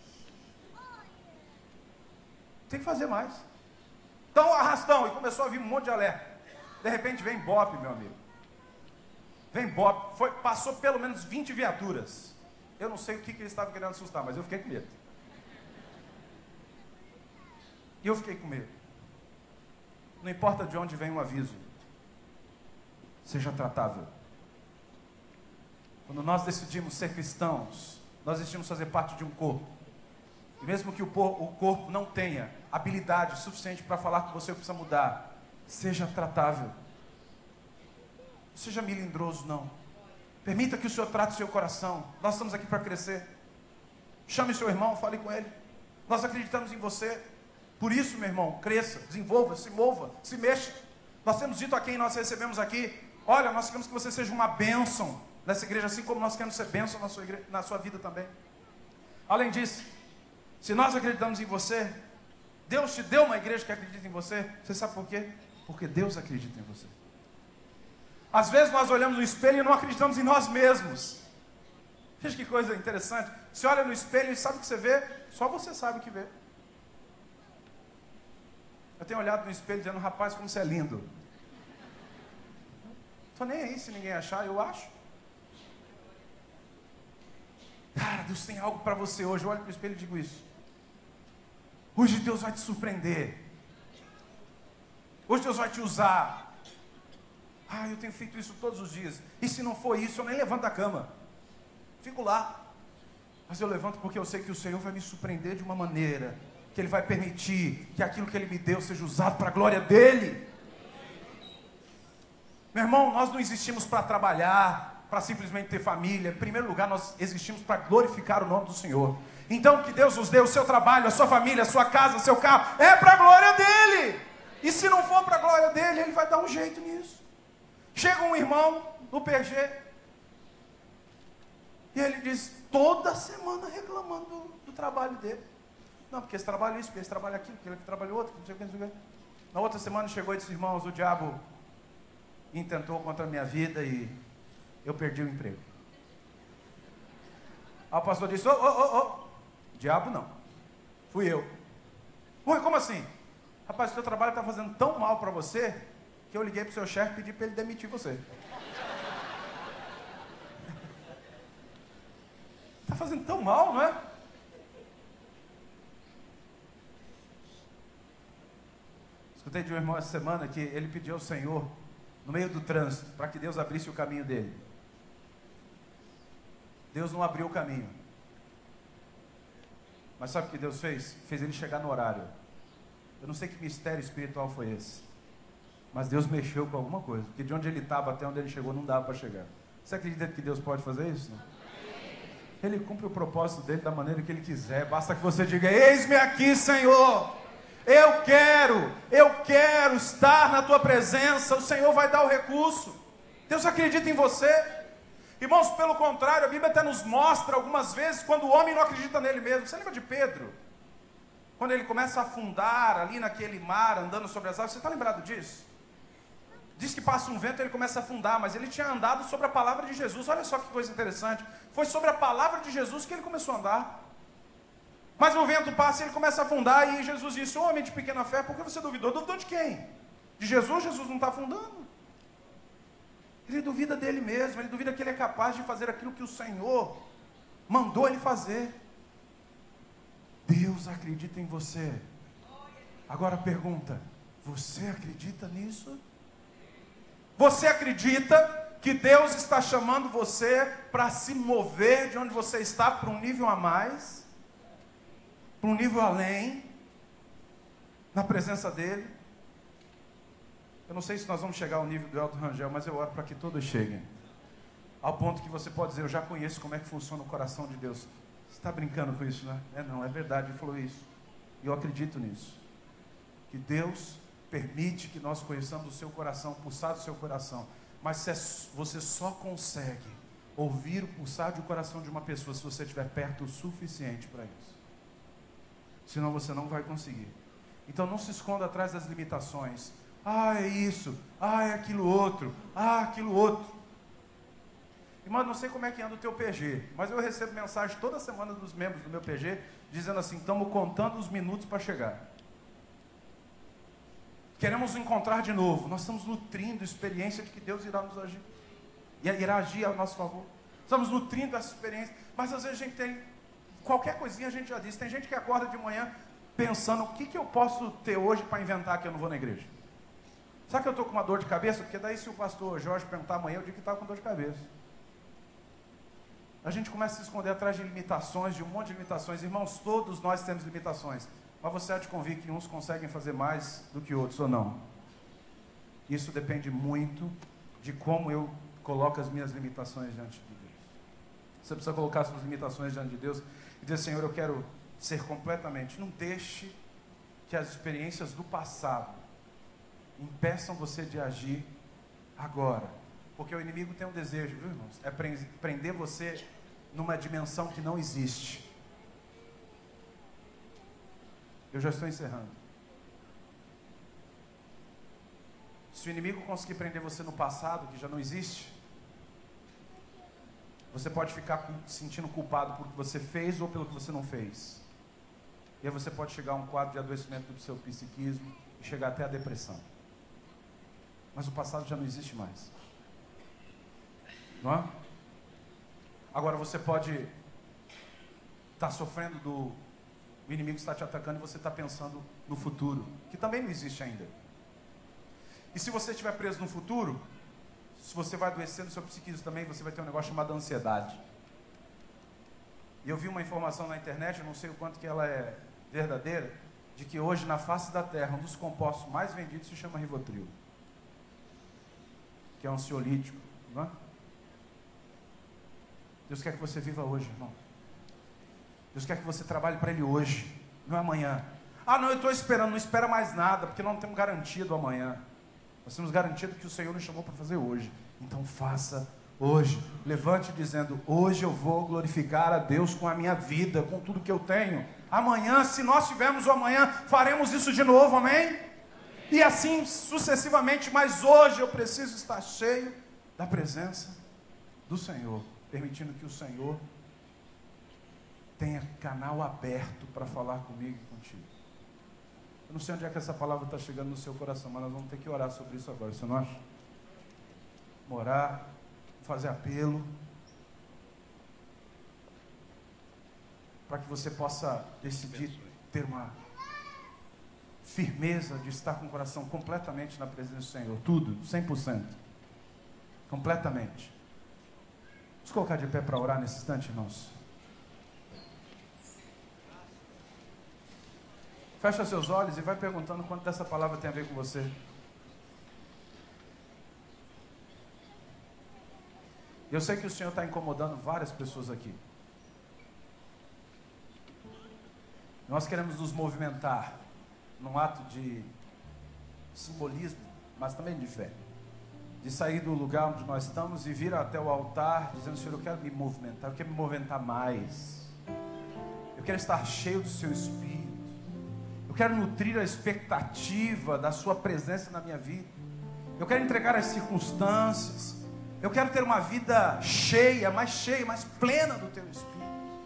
Tem que fazer mais. Então, arrastão. E começou a vir um monte de alerta. De repente vem Ibope, meu amigo. Vem Ibope. Foi, passou pelo menos vinte viaturas. Eu não sei o que, que eles estavam querendo assustar, mas eu fiquei com medo. E eu fiquei com medo. Não importa de onde vem um aviso. Seja tratável. Quando nós decidimos ser cristãos, nós decidimos fazer parte de um corpo. E mesmo que o corpo não tenha habilidade suficiente para falar com você, precisa mudar. Seja tratável. Não seja melindroso, não. Permita que o Senhor trate o seu coração. Nós estamos aqui para crescer. Chame seu irmão, fale com ele. Nós acreditamos em você. Por isso, meu irmão, cresça, desenvolva, se mova, se mexa. Nós temos dito a quem nós recebemos aqui: olha, nós queremos que você seja uma bênção nessa igreja, assim como nós queremos ser bênção na sua, igreja, na sua vida também. Além disso, se nós acreditamos em você, Deus te deu uma igreja que acredita em você. Você sabe por quê? Porque Deus acredita em você. Às vezes nós olhamos no espelho e não acreditamos em nós mesmos. Veja que coisa interessante. Você olha no espelho e sabe o que você vê? Só você sabe o que vê. Eu tenho olhado no espelho dizendo: rapaz, como você é lindo. Não estou nem aí se ninguém achar, eu acho. Cara, Deus tem algo para você hoje. Eu olho para o espelho e digo isso. Hoje Deus vai te surpreender. Hoje Deus vai te usar. Ah, eu tenho feito isso todos os dias. E se não for isso, eu nem levanto da cama. Fico lá. Mas eu levanto porque eu sei que o Senhor vai me surpreender de uma maneira que Ele vai permitir que aquilo que Ele me deu seja usado para a glória dEle. Meu irmão, nós não existimos para trabalhar, para simplesmente ter família. Em primeiro lugar, nós existimos para glorificar o nome do Senhor. Então, que Deus nos dê o seu trabalho, a sua família, a sua casa, o seu carro. É para a glória dEle. E se não for para a glória dEle, Ele vai dar um jeito nisso. Chega um irmão no P G e ele diz, toda semana reclamando do, do trabalho dele. Não, porque esse trabalho é isso, porque esse trabalho é aquilo, porque ele trabalhou outro, não sei o que, não sei o que. Na outra semana chegou e disse: irmãos, o diabo intentou contra a minha vida e eu perdi o emprego. Aí o pastor disse: ô, ô, ô, ô, diabo não, fui eu. Ué, como assim? Rapaz, o seu trabalho está fazendo tão mal para você que eu liguei para o seu chefe e pedi para ele demitir você. Está fazendo tão mal, não é? Escutei de um irmão essa semana que ele pediu ao Senhor, no meio do trânsito, para que Deus abrisse o caminho dele. Deus não abriu o caminho. Mas sabe o que Deus fez? Fez ele chegar no horário. Eu não sei que mistério espiritual foi esse. Mas Deus mexeu com alguma coisa. Porque de onde ele estava até onde ele chegou não dava para chegar. Você acredita que Deus pode fazer isso? Não? Ele cumpre o propósito dele da maneira que ele quiser. Basta que você diga: eis-me aqui, Senhor. Eu quero, eu quero estar na tua presença. O Senhor vai dar o recurso. Deus acredita em você. Irmãos, pelo contrário, a Bíblia até nos mostra algumas vezes quando o homem não acredita nele mesmo. Você lembra de Pedro? Quando ele começa a afundar ali naquele mar, andando sobre as águas. Você está lembrado disso? Diz que passa um vento e ele começa a afundar, mas ele tinha andado sobre a palavra de Jesus. Olha só que coisa interessante. Foi sobre a palavra de Jesus que ele começou a andar. Mas o vento passa e ele começa a afundar, e Jesus disse: homem de pequena fé, por que você duvidou? Duvidou de quem? De Jesus? Jesus não está afundando. Ele duvida dele mesmo, ele duvida que ele é capaz de fazer aquilo que o Senhor mandou ele fazer. Deus acredita em você. Agora pergunta: você acredita nisso? Você acredita que Deus está chamando você para se mover de onde você está para um nível a mais? Para um nível além? Na presença dEle? Eu não sei se nós vamos chegar ao nível do Elton Rangel, mas eu oro para que todos cheguem. Ao ponto que você pode dizer: eu já conheço como é que funciona o coração de Deus. Você está brincando com isso, né? É não, é verdade, ele falou isso. E eu acredito nisso. Que Deus permite que nós conheçamos o seu coração, o pulsar do seu coração. Mas você só consegue ouvir o pulsar do coração de uma pessoa se você estiver perto o suficiente para isso. Senão você não vai conseguir. Então não se esconda atrás das limitações. Ah, é isso. Ah, é aquilo outro. Ah, aquilo outro. Irmão, não sei como é que anda o teu P G, mas eu recebo mensagem toda semana dos membros do meu P G, dizendo assim: estamos contando os minutos para chegar. Queremos nos encontrar de novo. Nós estamos nutrindo a experiência de que Deus irá nos agir. E irá agir a nosso favor. Estamos nutrindo essa experiência. Mas às vezes a gente tem... Qualquer coisinha a gente já disse. Tem gente que acorda de manhã pensando: o que, que eu posso ter hoje para inventar que eu não vou na igreja? Sabe que eu estou com uma dor de cabeça? Porque daí se o pastor Jorge perguntar amanhã, eu digo que estava com dor de cabeça. A gente começa a se esconder atrás de limitações, de um monte de limitações. Irmãos, todos nós temos limitações. Mas você há de convir que uns conseguem fazer mais do que outros, ou não? Isso depende muito de como eu coloco as minhas limitações diante de Deus. Você precisa colocar as suas limitações diante de Deus e dizer: Senhor, eu quero ser completamente... Não deixe que as experiências do passado impeçam você de agir agora. Porque o inimigo tem um desejo, viu, irmãos? É prender você numa dimensão que não existe. Eu já estou encerrando. Se o inimigo conseguir prender você no passado, que já não existe, você pode ficar se sentindo culpado por que você fez ou pelo que você não fez. E aí você pode chegar a um quadro de adoecimento do seu psiquismo e chegar até a depressão. Mas o passado já não existe mais. Não é? Agora você pode estar sofrendo do... O inimigo está te atacando e você está pensando no futuro, que também não existe ainda. E se você estiver preso no futuro, se você vai adoecer no seu psiquismo também, você vai ter um negócio chamado ansiedade. E eu vi uma informação na internet, eu não sei o quanto que ela é verdadeira, de que hoje na face da terra, um dos compostos mais vendidos se chama Rivotril, que é um ansiolítico, não é? Deus quer que você viva hoje, irmão. Deus quer que você trabalhe para Ele hoje, não é amanhã. Ah, não, eu estou esperando. Não espera mais nada, porque não temos garantia do amanhã. Nós temos garantia do que o Senhor nos chamou para fazer hoje. Então faça hoje. Levante dizendo: hoje eu vou glorificar a Deus com a minha vida, com tudo que eu tenho. Amanhã, se nós tivermos o amanhã, faremos isso de novo, amém? Amém. E assim sucessivamente, mas hoje eu preciso estar cheio da presença do Senhor, permitindo que o Senhor tenha canal aberto para falar comigo e contigo. Eu não sei onde é que essa palavra está chegando no seu coração, mas nós vamos ter que orar sobre isso agora, você não acha? Orar, fazer apelo, para que você possa decidir ter uma firmeza de estar com o coração completamente na presença do Senhor. Tudo, cem por cento. Completamente. Vamos colocar de pé para orar nesse instante, irmãos? Fecha seus olhos e vai perguntando quanto dessa palavra tem a ver com você. Eu sei que o Senhor está incomodando várias pessoas aqui. Nós queremos nos movimentar num ato de simbolismo, mas também de fé. De sair do lugar onde nós estamos e vir até o altar dizendo: Senhor, eu quero me movimentar, eu quero me movimentar mais. Eu quero estar cheio do Seu Espírito. Eu quero nutrir a expectativa da Sua presença na minha vida. Eu quero entregar as circunstâncias. Eu quero ter uma vida cheia, mais cheia, mais plena do Teu Espírito.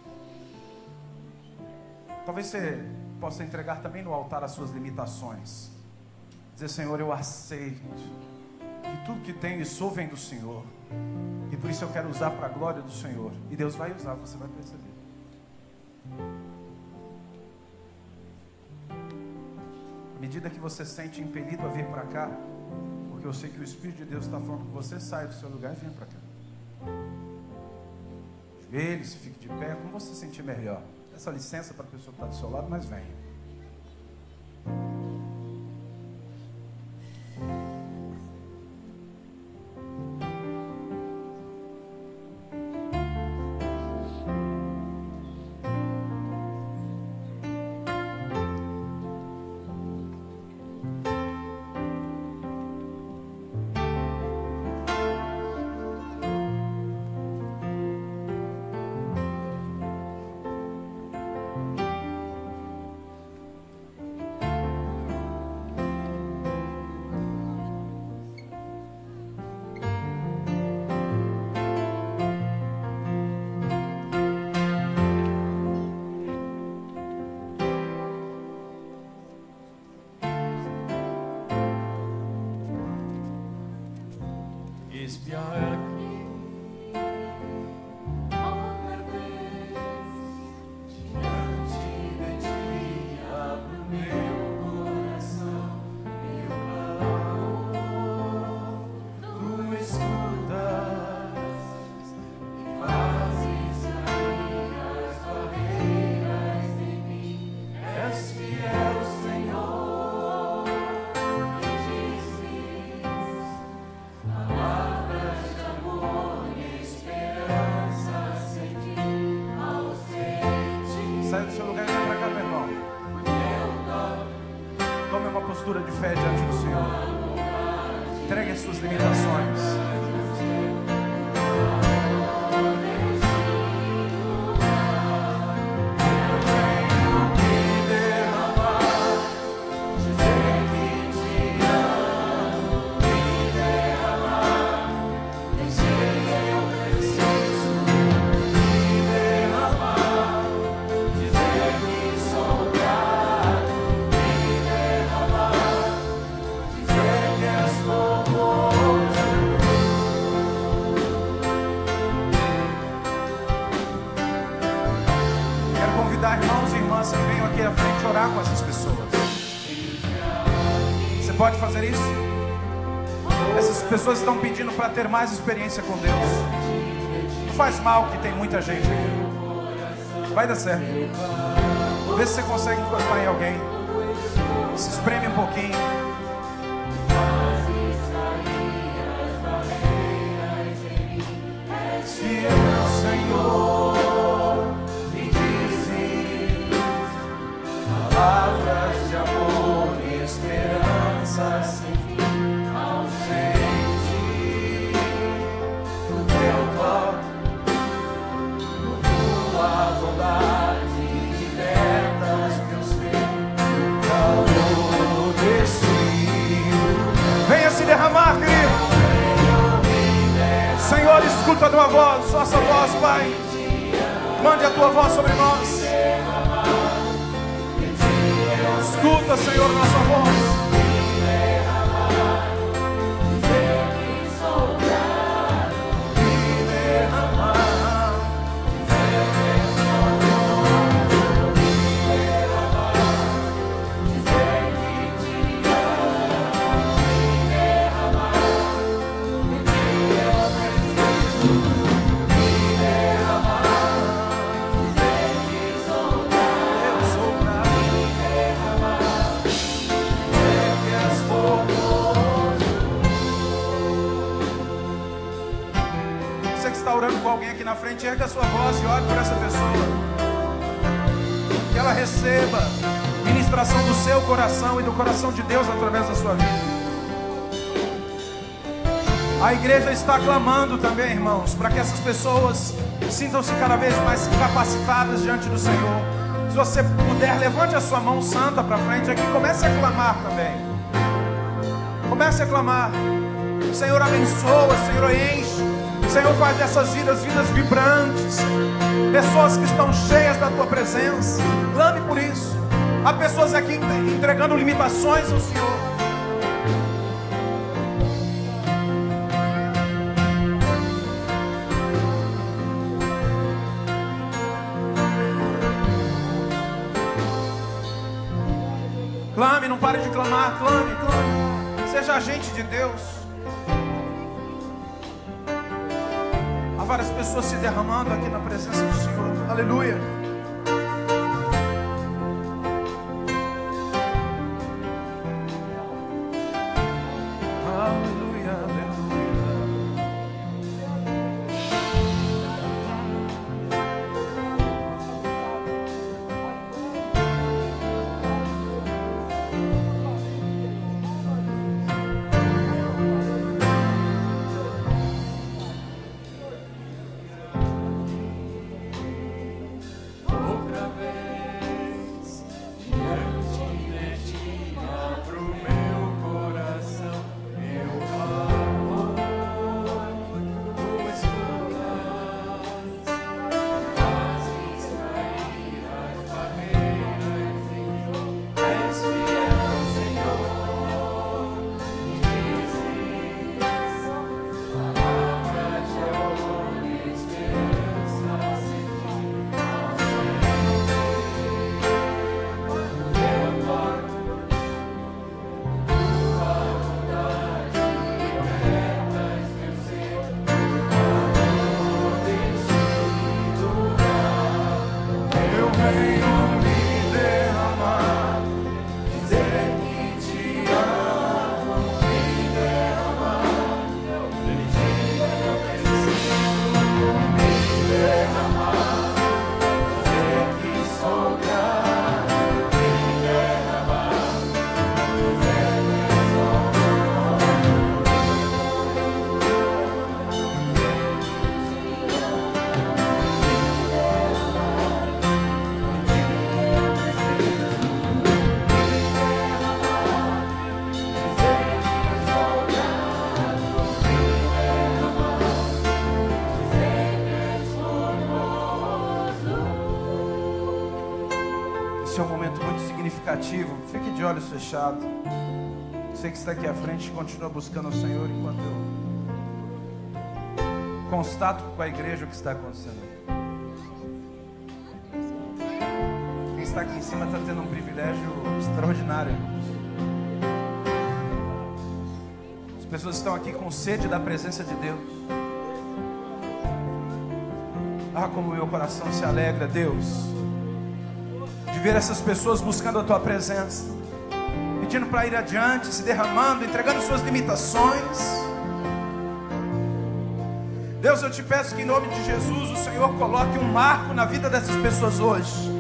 Talvez você possa entregar também no altar as suas limitações. Dizer: Senhor, eu aceito que tudo que tenho e sou vem do Senhor. E por isso eu quero usar para a glória do Senhor. E Deus vai usar, você vai perceber. À medida que você se sente impelido a vir para cá, porque eu sei que o Espírito de Deus está falando que você sai do seu lugar e venha para cá. Joelhe-se, fique de pé, como você se sentir melhor. Peça licença para a pessoa que está do seu lado, mas venha. De fé diante do Senhor. Entregue as suas limitações. Com essas pessoas. Você pode fazer isso? Essas pessoas estão pedindo para ter mais experiência com Deus. Não faz mal que tem muita gente aqui. Vai dar certo. Vê se você consegue encostar em alguém. Se espreme um pouquinho. Se o Senhor me disse palavras de amor e esperança sem fim, ausente do teu toque, tua bondade libertas meus filhos, calor destino. Venha se derramar, querido. Senhor, escuta a tua voz, nossa voz, Pai. Mande a tua voz sobre nós. Escuta, Senhor, nossa voz. Na frente, erga a sua voz e ore por essa pessoa, que ela receba ministração do seu coração e do coração de Deus através da sua vida. A igreja está clamando também, irmãos, para que essas pessoas sintam-se cada vez mais capacitadas diante do Senhor. Se você puder, levante a sua mão santa para frente aqui, comece a clamar também. Comece a clamar. Senhor, abençoa, Senhor, enche. Senhor, faz dessas vidas, vidas vibrantes. Pessoas que estão cheias da Tua presença. Clame por isso. Há pessoas aqui entregando limitações ao Senhor. Clame, não pare de clamar. Clame, clame. Seja agente de Deus. Há várias pessoas se derramando aqui na presença do Senhor. Aleluia. Aleluia, aleluia. Esse é um momento muito significativo. Fique de olhos fechados. Você que está aqui à frente, continua buscando o Senhor enquanto eu constato com a igreja o que está acontecendo. Quem está aqui em cima está tendo um privilégio extraordinário. As pessoas estão aqui com sede da presença de Deus. Ah, como o meu coração se alegra, Deus, de ver essas pessoas buscando a Tua presença, pedindo para ir adiante, se derramando, entregando suas limitações. Deus, eu te peço que em nome de Jesus o Senhor coloque um marco na vida dessas pessoas hoje.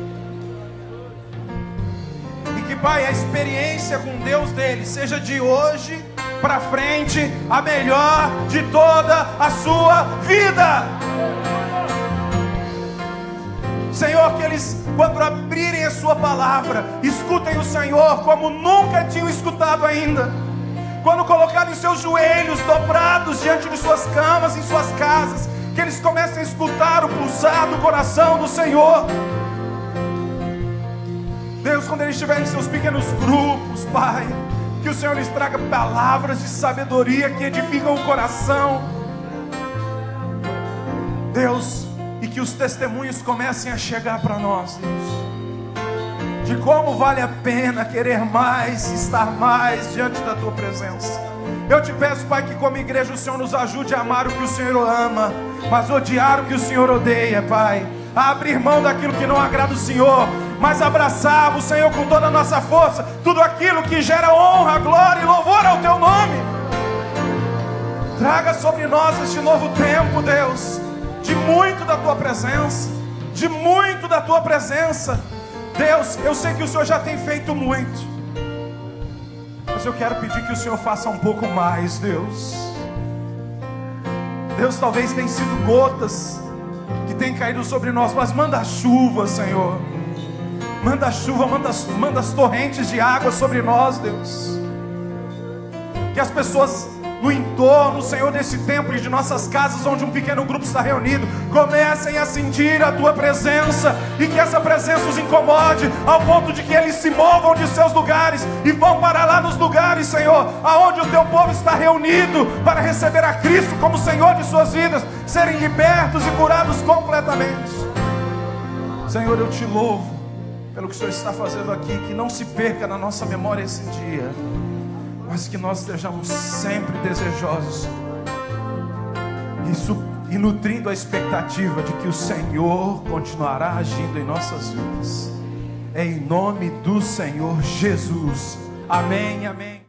E que, Pai, a experiência com Deus deles seja de hoje para frente a melhor de toda a sua vida. Senhor, que eles, quando abrirem a sua palavra, escutem o Senhor como nunca tinham escutado ainda. Quando colocarem seus joelhos dobrados diante de suas camas, em suas casas, que eles comecem a escutar o pulsar do coração do Senhor. Deus, quando eles estiverem em seus pequenos grupos, Pai, que o Senhor lhes traga palavras de sabedoria que edificam o coração. Deus, e que os testemunhos comecem a chegar para nós, Deus, de como vale a pena querer mais, estar mais diante da Tua presença. Eu te peço, Pai, que como igreja o Senhor nos ajude a amar o que o Senhor ama, mas odiar o que o Senhor odeia, Pai. A abrir mão daquilo que não agrada o Senhor, mas abraçar o Senhor com toda a nossa força, tudo aquilo que gera honra, glória e louvor ao Teu nome. Traga sobre nós este novo tempo, Deus, de muito da Tua presença, de muito da Tua presença. Deus, eu sei que o Senhor já tem feito muito, mas eu quero pedir que o Senhor faça um pouco mais, Deus. Deus, talvez tenham sido gotas que têm caído sobre nós, mas manda a chuva, Senhor. Manda a chuva, manda as, manda as torrentes de água sobre nós, Deus. Que as pessoas no entorno, Senhor, desse templo e de nossas casas, onde um pequeno grupo está reunido, comecem a sentir a Tua presença, e que essa presença os incomode, ao ponto de que eles se movam de seus lugares e vão para lá nos lugares, Senhor, aonde o Teu povo está reunido para receber a Cristo como Senhor de suas vidas, serem libertos e curados completamente. Senhor, eu Te louvo pelo que o Senhor está fazendo aqui, que não se perca na nossa memória esse dia, mas que nós estejamos sempre desejosos e, e nutrindo a expectativa de que o Senhor continuará agindo em nossas vidas. É em nome do Senhor Jesus. Amém, amém.